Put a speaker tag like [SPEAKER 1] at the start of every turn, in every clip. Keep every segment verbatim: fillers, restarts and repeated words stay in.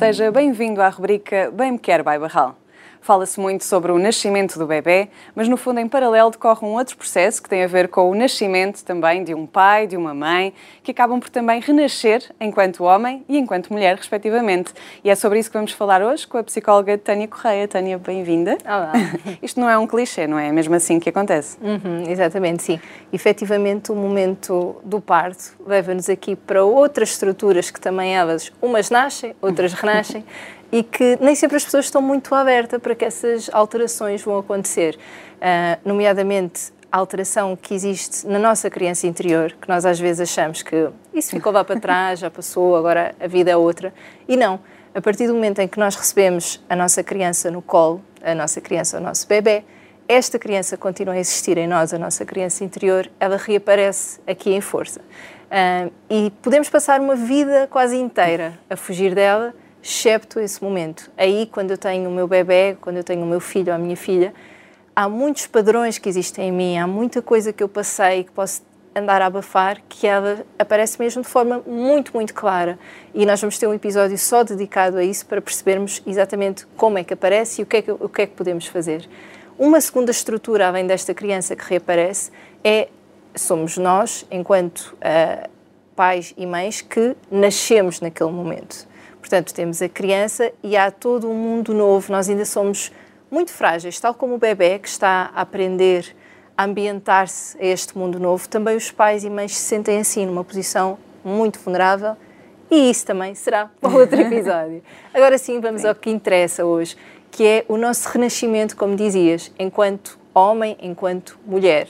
[SPEAKER 1] seja bem-vindo à rubrica Bem Me Quer by Barral. Fala-se muito sobre o nascimento do bebê, mas no fundo em paralelo decorre um outro processo que tem a ver com o nascimento também de um pai, de uma mãe, que acabam por também renascer enquanto homem e enquanto mulher, respectivamente. E é sobre isso que vamos falar hoje com a psicóloga Tânia Correia. Tânia, bem-vinda.
[SPEAKER 2] Olá.
[SPEAKER 1] Isto não é um clichê, não é? É mesmo assim que acontece.
[SPEAKER 2] Uhum, exatamente, sim. Efetivamente, o momento do parto leva-nos aqui para outras estruturas que também elas, umas nascem, outras renascem, e que nem sempre as pessoas estão muito abertas para que essas alterações vão acontecer. Uh, nomeadamente, a alteração que existe na nossa criança interior, que nós às vezes achamos que isso ficou lá para trás, já passou, agora a vida é outra. E não. A partir do momento em que nós recebemos a nossa criança no colo, a nossa criança, o nosso bebê, esta criança continua a existir em nós, a nossa criança interior, ela reaparece aqui em força. Uh, e podemos passar uma vida quase inteira a fugir dela, excepto esse momento. Aí, quando eu tenho o meu bebê, quando eu tenho o meu filho ou a minha filha, há muitos padrões que existem em mim, há muita coisa que eu passei, que posso andar a abafar, que ela aparece mesmo de forma muito, muito clara. E nós vamos ter um episódio só dedicado a isso para percebermos exatamente como é que aparece e o que é que, o que, é que podemos fazer. Uma segunda estrutura, além desta criança que reaparece, é somos nós, enquanto uh, pais e mães, que nascemos naquele momento. Portanto, temos a criança e há todo um mundo novo. Nós ainda somos muito frágeis, tal como o bebê que está a aprender a ambientar-se a este mundo novo. Também os pais e mães se sentem assim, numa posição muito vulnerável, e isso também será para outro episódio. Agora sim, vamos sim. ao que interessa hoje, que é o nosso renascimento, como dizias, enquanto homem, enquanto mulher.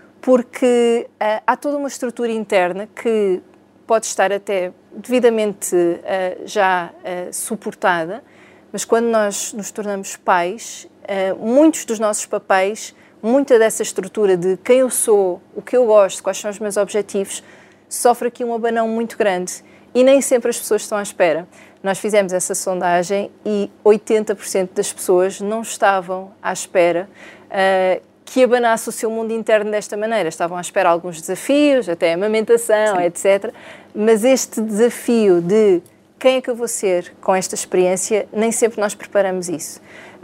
[SPEAKER 2] Porque uh, há toda uma estrutura interna que pode estar até devidamente uh, já uh, suportada, mas quando nós nos tornamos pais, uh, muitos dos nossos papéis, muita dessa estrutura de quem eu sou, o que eu gosto, quais são os meus objetivos, sofre aqui um abanão muito grande e nem sempre as pessoas estão à espera. Nós fizemos essa sondagem e oitenta por cento das pessoas não estavam à espera uh, que abanasse o seu mundo interno desta maneira. Estavam à espera alguns desafios, até a amamentação, Sim. etcétera. Mas este desafio de quem é que eu vou ser com esta experiência, nem sempre nós preparamos isso.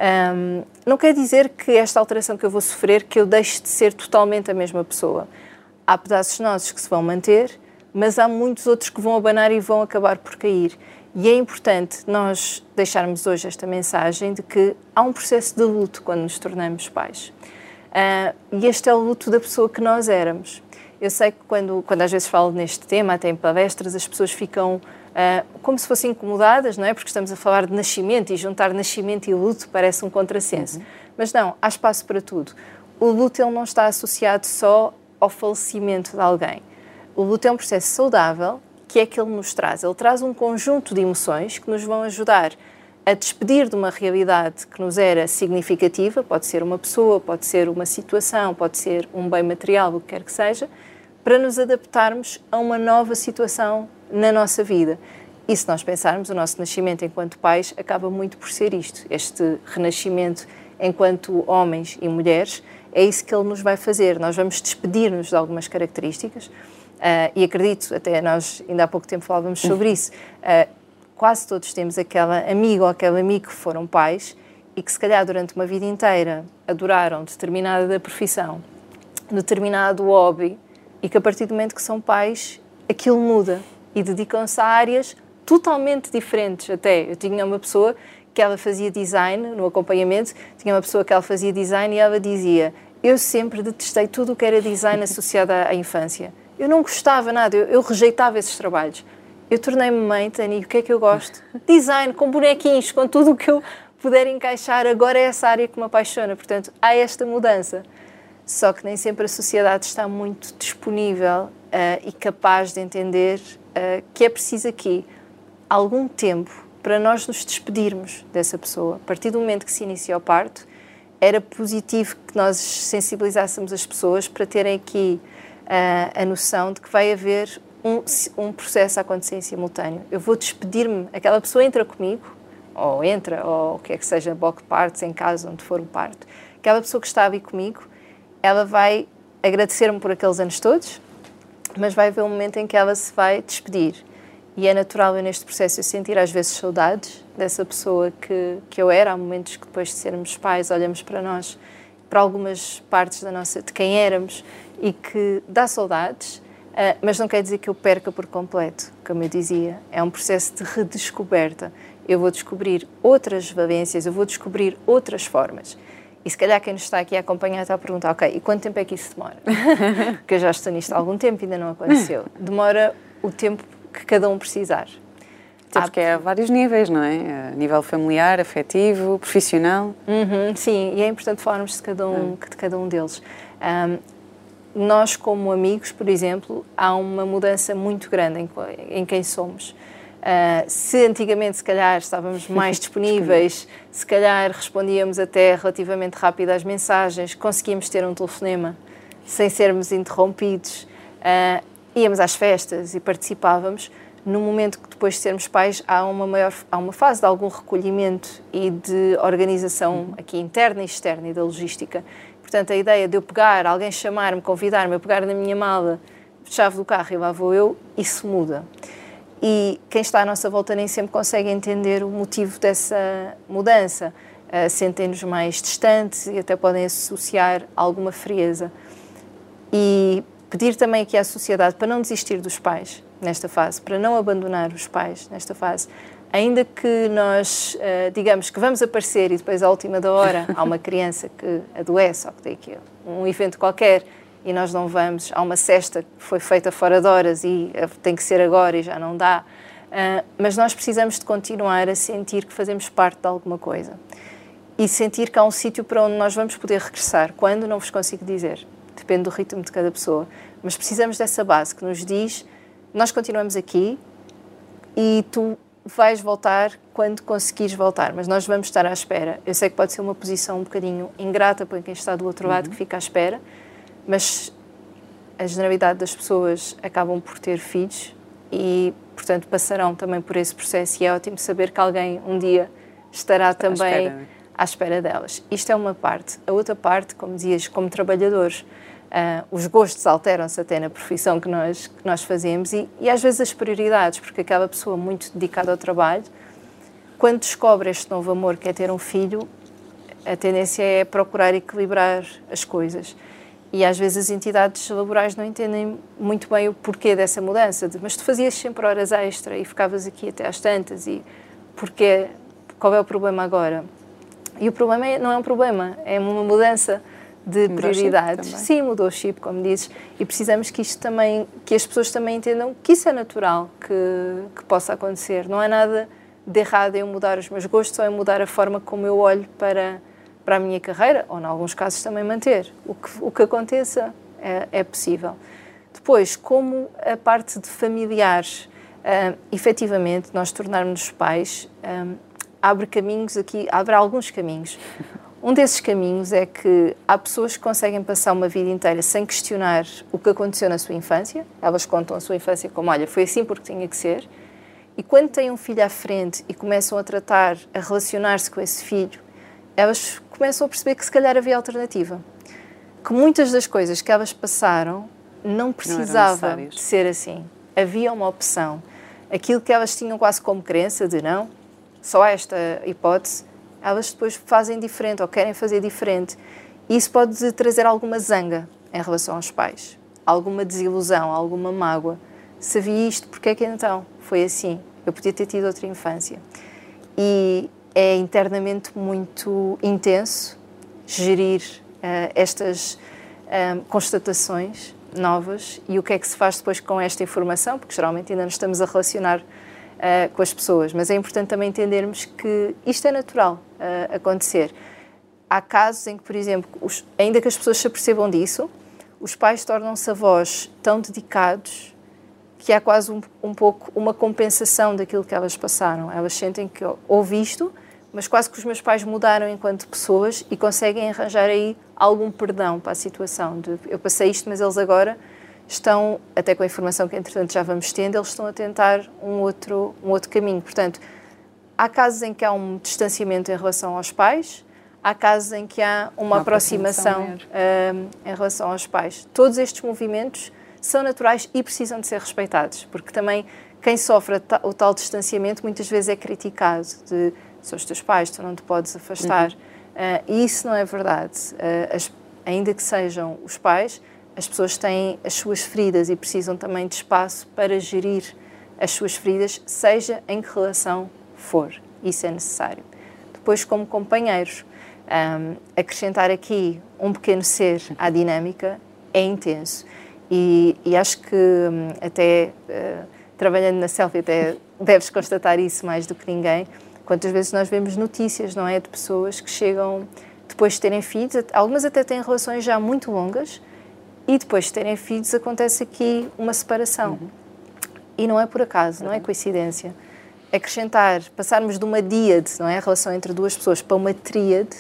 [SPEAKER 2] Um, não quer dizer que esta alteração que eu vou sofrer, que eu deixe de ser totalmente a mesma pessoa. Há pedaços nossos que se vão manter, mas há muitos outros que vão abanar e vão acabar por cair. E é importante nós deixarmos hoje esta mensagem de que há um processo de luto quando nos tornamos pais. Uh, e este é o luto da pessoa que nós éramos. Eu sei que quando, quando às vezes falo neste tema, até em palestras, as pessoas ficam uh, como se fossem incomodadas, não é? Porque estamos a falar de nascimento e juntar nascimento e luto parece um contrassenso. Uhum. Mas não, há espaço para tudo. O luto ele não está associado só ao falecimento de alguém. O luto é um processo saudável, que é que ele nos traz. Ele traz um conjunto de emoções que nos vão ajudar a despedir de uma realidade que nos era significativa, pode ser uma pessoa, pode ser uma situação, pode ser um bem material, o que quer que seja, para nos adaptarmos a uma nova situação na nossa vida. E se nós pensarmos, o nosso nascimento enquanto pais acaba muito por ser isto, este renascimento enquanto homens e mulheres, é isso que ele nos vai fazer. Nós vamos despedir-nos de algumas características, uh, e acredito, até nós ainda há pouco tempo falávamos sobre isso, uh, quase todos temos aquela amiga ou aquele amigo que foram pais e que se calhar durante uma vida inteira adoraram determinada profissão, determinado hobby, e que a partir do momento que são pais, aquilo muda e dedicam-se a áreas totalmente diferentes até. Eu tinha uma pessoa que ela fazia design no acompanhamento, tinha uma pessoa que ela fazia design e ela dizia: eu sempre detestei tudo o que era design associado à, à infância. Eu não gostava nada, eu, eu rejeitava esses trabalhos. Eu tornei-me mãe, Tânia, e o que é que eu gosto? Design, com bonequinhos, com tudo o que eu puder encaixar. Agora é essa área que me apaixona. Portanto, há esta mudança. Só que nem sempre a sociedade está muito disponível uh, e capaz de entender uh, que é preciso aqui algum tempo para nós nos despedirmos dessa pessoa. A partir do momento que se inicia o parto, era positivo que nós sensibilizássemos as pessoas para terem aqui uh, a noção de que vai haver Um, um processo a acontecer em simultâneo. Eu vou despedir-me, aquela pessoa entra comigo, ou entra, ou o que é que seja, bloco de partos, em casa, onde for o parto, aquela pessoa que está ali comigo, ela vai agradecer-me por aqueles anos todos, mas vai haver um momento em que ela se vai despedir. E é natural eu neste processo eu sentir às vezes saudades dessa pessoa que, que eu era. Há momentos que depois de sermos pais olhamos para nós, para algumas partes da nossa, de quem éramos, e que dá saudades, uh, mas não quer dizer que eu perca por completo, como eu dizia. É um processo de redescoberta. Eu vou descobrir outras valências, eu vou descobrir outras formas. E se calhar quem nos está aqui a acompanhar está a perguntar, ok, e quanto tempo é que isso demora? Porque eu já estou nisto há algum tempo e ainda não aconteceu. Demora o tempo que cada um precisar.
[SPEAKER 1] Até porque é a vários níveis, não é? A nível familiar, afetivo, profissional.
[SPEAKER 2] Uhum, sim, e é importante falarmos de cada um, de cada um deles. Um, nós, como amigos, por exemplo, há uma mudança muito grande em, em quem somos. Uh, se antigamente, se calhar, estávamos mais disponíveis, se calhar respondíamos até relativamente rápido às mensagens, conseguíamos ter um telefonema sem sermos interrompidos, uh, íamos às festas e participávamos. No momento que depois de sermos pais, há uma, maior, há uma fase de algum recolhimento e de organização aqui interna e externa e da logística. Portanto, a ideia de eu pegar, alguém chamar-me, convidar-me, eu pegar na minha mala, chave do carro e lá vou eu, isso muda. E quem está à nossa volta nem sempre consegue entender o motivo dessa mudança. Uh, sentem-nos mais distantes e até podem associar alguma frieza. E pedir também aqui à sociedade para não desistir dos pais nesta fase, para não abandonar os pais nesta fase. Ainda que nós uh, digamos que vamos aparecer e depois à última da hora há uma criança que adoece ou que tem aqui um evento qualquer e nós não vamos, há uma cesta que foi feita fora de horas e tem que ser agora e já não dá, uh, mas nós precisamos de continuar a sentir que fazemos parte de alguma coisa e sentir que há um sítio para onde nós vamos poder regressar. Quando, não vos consigo dizer, depende do ritmo de cada pessoa, mas precisamos dessa base que nos diz, nós continuamos aqui e tu vais voltar quando conseguires voltar, mas nós vamos estar à espera. Eu sei que pode ser uma posição um bocadinho ingrata para quem está do outro lado, uhum. que fica à espera, mas a generalidade das pessoas acabam por ter filhos e, portanto, passarão também por esse processo e é ótimo saber que alguém um dia estará também à espera, à espera delas. Isto é uma parte. A outra parte, como dizias, como trabalhadores, uh, os gostos alteram-se até na profissão que nós, que nós fazemos e, e às vezes as prioridades, porque aquela pessoa muito dedicada ao trabalho, quando descobre este novo amor que é ter um filho, a tendência é procurar equilibrar as coisas. E às vezes as entidades laborais não entendem muito bem o porquê dessa mudança. De, mas tu fazias sempre horas extra e ficavas aqui até às tantas e porquê, qual é o problema agora? E o problema é, não é um problema, é uma mudança de mudou prioridades. Sim, mudou o chip, como dizes, e precisamos que isto também, que as pessoas também entendam que isso é natural, que, que possa acontecer. Não há nada de errado em mudar os meus gostos ou em mudar a forma como eu olho para para a minha carreira, ou em alguns casos também manter. O que, o que aconteça é, é possível. Depois, como a parte de familiares, uh, efetivamente, nós tornarmos pais, um, abre caminhos aqui, abre alguns caminhos. Um desses caminhos é que há pessoas que conseguem passar uma vida inteira sem questionar o que aconteceu na sua infância. Elas contam a sua infância como, olha, foi assim porque tinha que ser. E quando têm um filho à frente e começam a tratar, a relacionar-se com esse filho, elas começam a perceber que se calhar havia alternativa. Que muitas das coisas que elas passaram não precisava de ser assim. Havia uma opção. Aquilo que elas tinham quase como crença de não, só há esta hipótese, elas depois fazem diferente ou querem fazer diferente. E isso pode trazer alguma zanga em relação aos pais. Alguma desilusão, alguma mágoa. Se havia isto, porque é que então foi assim? Eu podia ter tido outra infância. E é internamente muito intenso gerir uh, estas uh, constatações novas e o que é que se faz depois com esta informação, porque geralmente ainda nos estamos a relacionar uh, com as pessoas, mas é importante também entendermos que isto é natural uh, acontecer. Há casos em que, por exemplo, os, ainda que as pessoas se apercebam disso, os pais tornam-se avós tão dedicados que há quase um, um pouco uma compensação daquilo que elas passaram. Elas sentem que houve isto, mas quase que os meus pais mudaram enquanto pessoas e conseguem arranjar aí algum perdão para a situação. De, eu passei isto, mas eles agora estão, até com a informação que entretanto já vamos tendo, eles estão a tentar um outro, um outro caminho. Portanto, há casos em que há um distanciamento em relação aos pais, há casos em que há uma, uma aproximação, aproximação um, em relação aos pais. Todos estes movimentos são naturais e precisam de ser respeitados, porque também quem sofre o tal distanciamento muitas vezes é criticado, de são os teus pais, tu não te podes afastar. Uhum. Uh, e isso não é verdade. Uh, as, ainda que sejam os pais, as pessoas têm as suas feridas e precisam também de espaço para gerir as suas feridas, seja em que relação for. Isso é necessário. Depois, como companheiros, um, acrescentar aqui um pequeno ser à dinâmica é intenso. E, e acho que um, até uh, trabalhando na selfie até deves constatar isso mais do que ninguém. Quantas vezes nós vemos notícias, não é, de pessoas que chegam depois de terem filhos, algumas até têm relações já muito longas, e depois de terem filhos acontece aqui uma separação. Uhum. E não é por acaso, não é coincidência. Acrescentar, passarmos de uma díade, não é, a relação entre duas pessoas, para uma tríade,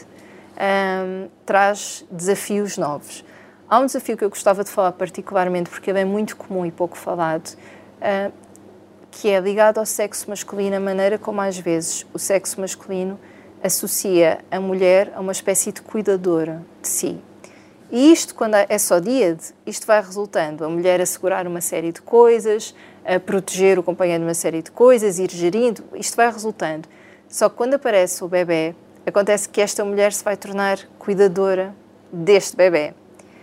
[SPEAKER 2] um, traz desafios novos. Há um desafio que eu gostava de falar particularmente, porque ele é muito comum e pouco falado, uh, que é ligado ao sexo masculino, a maneira como às vezes o sexo masculino associa a mulher a uma espécie de cuidadora de si. E isto, quando é só díade, isto vai resultando a mulher assegurar uma série de coisas, a proteger o companheiro de uma série de coisas, ir gerindo, isto vai resultando. Só que quando aparece o bebê, acontece que esta mulher se vai tornar cuidadora deste bebê.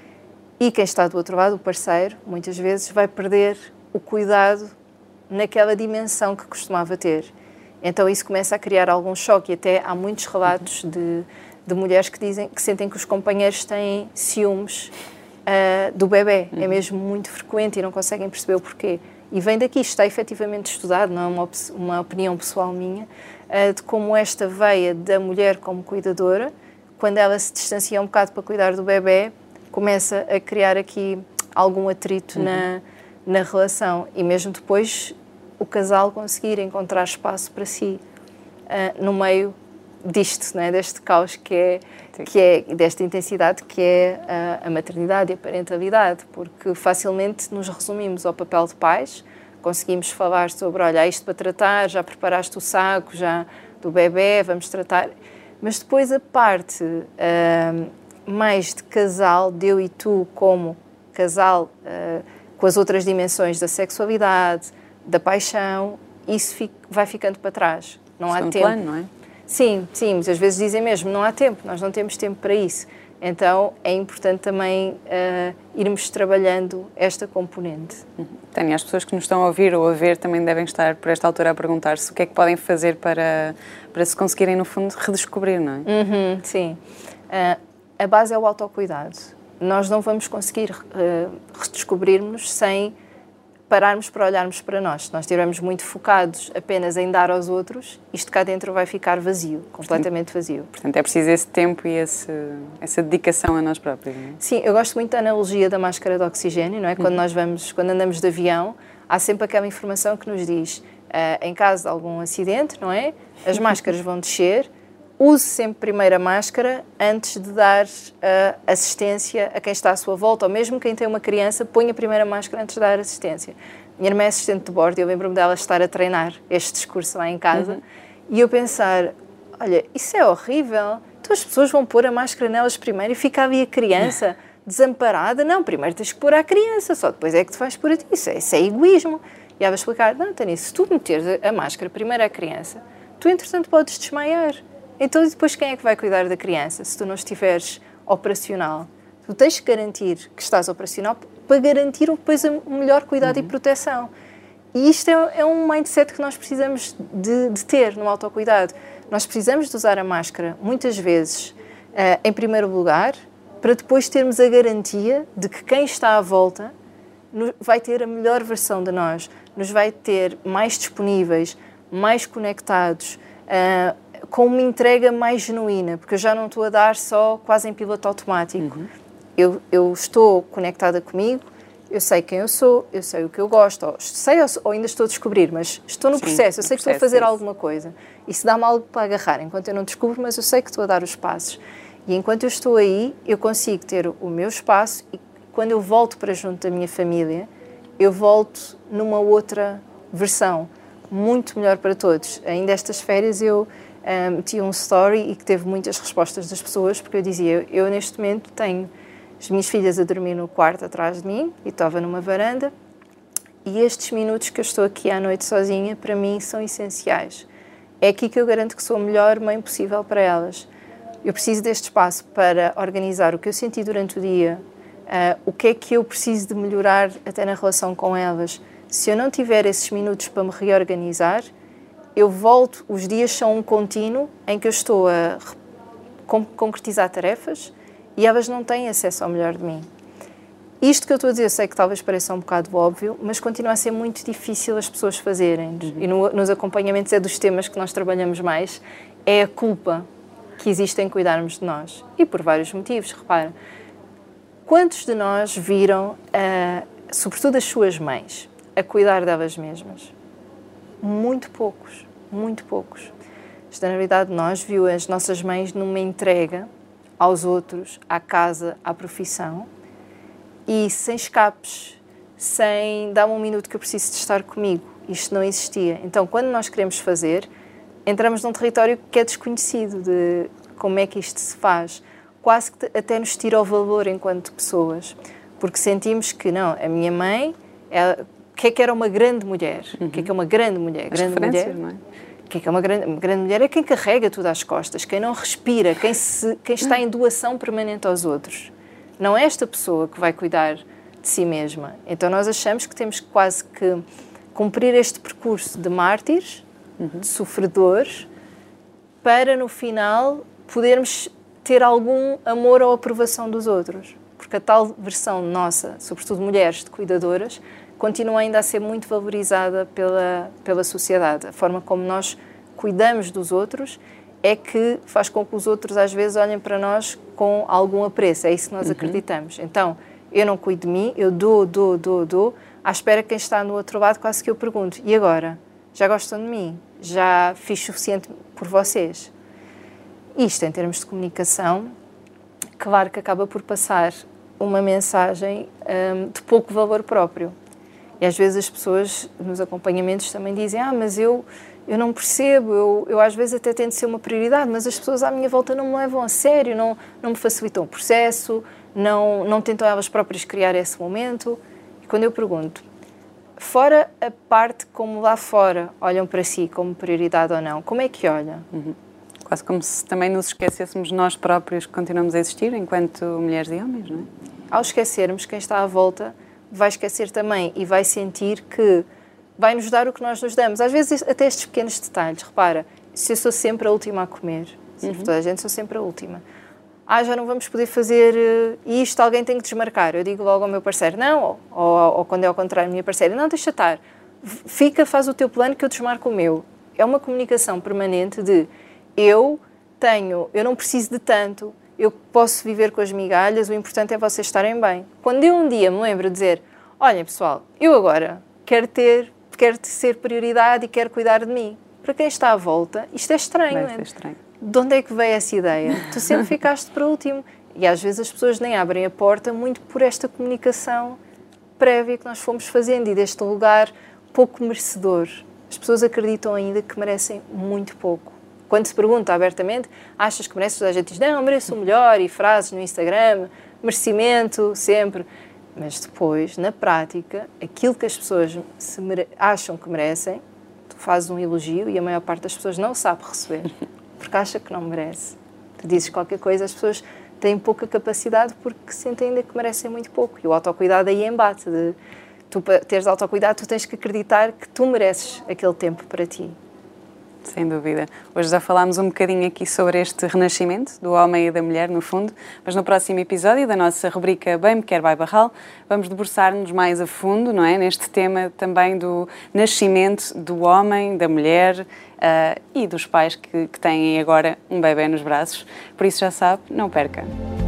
[SPEAKER 2] E quem está do outro lado, o parceiro, muitas vezes vai perder o cuidado naquela dimensão que costumava ter. Então isso começa a criar algum choque, e até há muitos relatos de, de mulheres que dizem que sentem que os companheiros têm ciúmes uh, do bebê. Uhum. É mesmo muito frequente e não conseguem perceber o porquê. E vem daqui, está efetivamente estudado, não é uma, op- uma opinião pessoal minha, uh, de como esta veia da mulher como cuidadora, quando ela se distancia um bocado para cuidar do bebê, começa a criar aqui algum atrito uhum. na, na relação. E mesmo depois o casal conseguir encontrar espaço para si uh, no meio disto, não é? Deste caos que é, que é, desta intensidade que é a, a maternidade e a parentalidade, porque facilmente nos resumimos ao papel de pais, conseguimos falar sobre, olha, há isto para tratar, já preparaste o saco já do bebê, vamos tratar, mas depois a parte uh, mais de casal, de eu e tu como casal, uh, com as outras dimensões da sexualidade, da paixão, isso fica, vai ficando para trás. Não há tempo.
[SPEAKER 1] Plano, não é?
[SPEAKER 2] Sim, sim, mas às vezes dizem mesmo, não há tempo, nós não temos tempo para isso. Então é importante também uh, irmos trabalhando esta componente.
[SPEAKER 1] Uhum. Tânia, as pessoas que nos estão a ouvir ou a ver também devem estar por esta altura a perguntar-se o que é que podem fazer para, para se conseguirem, no fundo, redescobrir, não é?
[SPEAKER 2] Uhum, sim. Uh, a base é o autocuidado. Nós não vamos conseguir uh, redescobrir-nos sem pararmos para olharmos para nós. Se nós estivermos muito focados apenas em dar aos outros, isto cá dentro vai ficar vazio, completamente vazio.
[SPEAKER 1] Portanto, é preciso esse tempo e esse, essa dedicação a nós próprios, não é?
[SPEAKER 2] Sim, eu gosto muito da analogia da máscara de oxigênio, não é? Quando nós vamos, quando andamos de avião, há sempre aquela informação que nos diz, uh, em caso de algum acidente, não é? As máscaras vão descer, use sempre primeiro a máscara antes de dar uh, assistência a quem está à sua volta, ou mesmo quem tem uma criança, ponha a primeira máscara antes de dar assistência. Minha irmã é assistente de bordo e eu lembro-me dela estar a treinar este discurso lá em casa uhum. e eu pensar, olha, isso é horrível, então as pessoas vão pôr a máscara nelas primeiro e fica ali a criança desamparada. Não, primeiro tens que pôr a criança, só depois é que te vais pôr a ti, isso é, isso é egoísmo. E ela vai explicar, não, Tânia, se tu meteres a máscara primeiro à criança, tu entretanto podes desmaiar. Então, depois quem é que vai cuidar da criança, se tu não estiveres operacional? Tu tens que garantir que estás operacional para garantir depois o melhor cuidado uhum. e proteção. E isto é, é um mindset que nós precisamos de, de ter no autocuidado. Nós precisamos de usar a máscara, muitas vezes, uh, em primeiro lugar, para depois termos a garantia de que quem está à volta nos, vai ter a melhor versão de nós, nos vai ter mais disponíveis, mais conectados, uh, com uma entrega mais genuína, porque eu já não estou a dar só quase em piloto automático. Uhum. Eu, eu estou conectada comigo, eu sei quem eu sou, eu sei o que eu gosto, ou sei ou ainda estou a descobrir, mas estou no Sim, processo, eu sei que estou a fazer alguma coisa. E se dá-me algo para agarrar, enquanto eu não descubro, mas eu sei que estou a dar os passos. E enquanto eu estou aí, eu consigo ter o meu espaço e quando eu volto para junto da minha família, eu volto numa outra versão, muito melhor para todos. Ainda estas férias eu Um, tinha um story e que teve muitas respostas das pessoas, porque eu dizia, eu, eu neste momento tenho as minhas filhas a dormir no quarto atrás de mim e estava numa varanda E estes minutos que eu estou aqui à noite sozinha, para mim, são essenciais. É aqui que eu garanto que sou a melhor mãe possível para elas. Eu preciso deste espaço para organizar o que eu senti durante o dia, uh, o que é que eu preciso de melhorar até na relação com elas. Se eu não tiver esses minutos para me reorganizar, eu volto, os dias são um contínuo em que eu estou a concretizar tarefas e elas não têm acesso ao melhor de mim. Isto que eu estou a dizer, eu sei que talvez pareça um bocado óbvio, mas continua a ser muito difícil as pessoas fazerem. Uhum. E no, nos acompanhamentos é dos temas que nós trabalhamos mais, é a culpa que existe em cuidarmos de nós. E por vários motivos, repara. Quantos de nós viram, uh, sobretudo as suas mães, a cuidar delas mesmas? Muito poucos, muito poucos. A generalidade de nós viu as nossas mães numa entrega aos outros, à casa, à profissão, e sem escapes, sem dar-me um minuto que eu preciso de estar comigo. Isto não existia. Então, quando nós queremos fazer, entramos num território que é desconhecido de como é que isto se faz. Quase que até nos tira o valor enquanto pessoas. Porque sentimos que, não, a minha mãe, ela, o que é que era uma grande mulher? Uhum. O que é que é uma grande mulher?
[SPEAKER 1] As
[SPEAKER 2] grande mulher,
[SPEAKER 1] não é?
[SPEAKER 2] O que é que é uma grande, uma grande mulher? É quem carrega tudo às costas, quem não respira, quem, se, quem está em doação permanente aos outros. Não é esta pessoa que vai cuidar de si mesma. Então nós achamos que temos quase que cumprir este percurso de mártires, uhum. de sofredores, para no final podermos ter algum amor ou aprovação dos outros. Porque a tal versão nossa, sobretudo mulheres de cuidadoras, continua ainda a ser muito valorizada pela, pela sociedade. A forma como nós cuidamos dos outros é que faz com que os outros às vezes olhem para nós com algum apreço. É isso que nós uhum. acreditamos. Então, eu não cuido de mim, eu dou, dou, dou, dou, à espera que quem está no outro lado quase que eu pergunto, e agora? Já gostam de mim? Já fiz suficiente por vocês? Isto, em termos de comunicação, claro que acaba por passar uma mensagem hum, de pouco valor próprio. E às vezes as pessoas nos acompanhamentos também dizem, ah, mas eu, eu não percebo, eu, eu às vezes até tento ser uma prioridade, mas as pessoas à minha volta não me levam a sério, não, não me facilitam o processo, não, não tentam elas próprias criar esse momento. E quando eu pergunto, fora a parte como lá fora olham para si como prioridade ou não, como é que olha?
[SPEAKER 1] Uhum. Quase como se também nos esquecêssemos nós próprios que continuamos a existir enquanto mulheres e homens, não é?
[SPEAKER 2] Ao esquecermos, quem está à volta vai esquecer também e vai sentir que vai nos dar o que nós nos damos. Às vezes até estes pequenos detalhes. Repara, se eu sou sempre a última a comer, se uhum. toda a gente sou sempre a última. Ah, já não vamos poder fazer isto, alguém tem que desmarcar. Eu digo logo ao meu parceiro, não, ou, ou, ou quando é ao contrário, a minha parceira, não, deixa estar. Fica, faz o teu plano que eu desmarco o meu. É uma comunicação permanente de eu tenho, eu não preciso de tanto, eu posso viver com as migalhas, o importante é vocês estarem bem. Quando eu um dia me lembro de dizer, olhem pessoal, eu agora quero ter, quero ser prioridade e quero cuidar de mim. Para quem está à volta, isto é estranho.
[SPEAKER 1] Vai ser estranho.
[SPEAKER 2] De onde é que veio essa ideia? Tu sempre ficaste para último. E às vezes as pessoas nem abrem a porta muito por esta comunicação prévia que nós fomos fazendo e deste lugar pouco merecedor. As pessoas acreditam ainda que merecem muito pouco. Quando se pergunta abertamente, achas que mereces? A gente diz, não, mereço o melhor, e frases no Instagram, merecimento, sempre. Mas depois, na prática, aquilo que as pessoas se mere- acham que merecem, tu fazes um elogio e a maior parte das pessoas não sabe receber, porque acha que não merece. Tu dizes qualquer coisa, as pessoas têm pouca capacidade porque sentem ainda que merecem muito pouco. E o autocuidado aí embate. De, tu, para teres autocuidado, tu tens que acreditar que tu mereces aquele tempo para ti.
[SPEAKER 1] Sem dúvida. Hoje já falámos um bocadinho aqui sobre este renascimento do homem e da mulher, no fundo, mas no próximo episódio da nossa rubrica Bem Me Quer by Barral, vamos debruçar-nos mais a fundo, não é? Neste tema também do nascimento do homem, da mulher uh, e dos pais que, que têm agora um bebê nos braços. Por isso já sabe, não perca.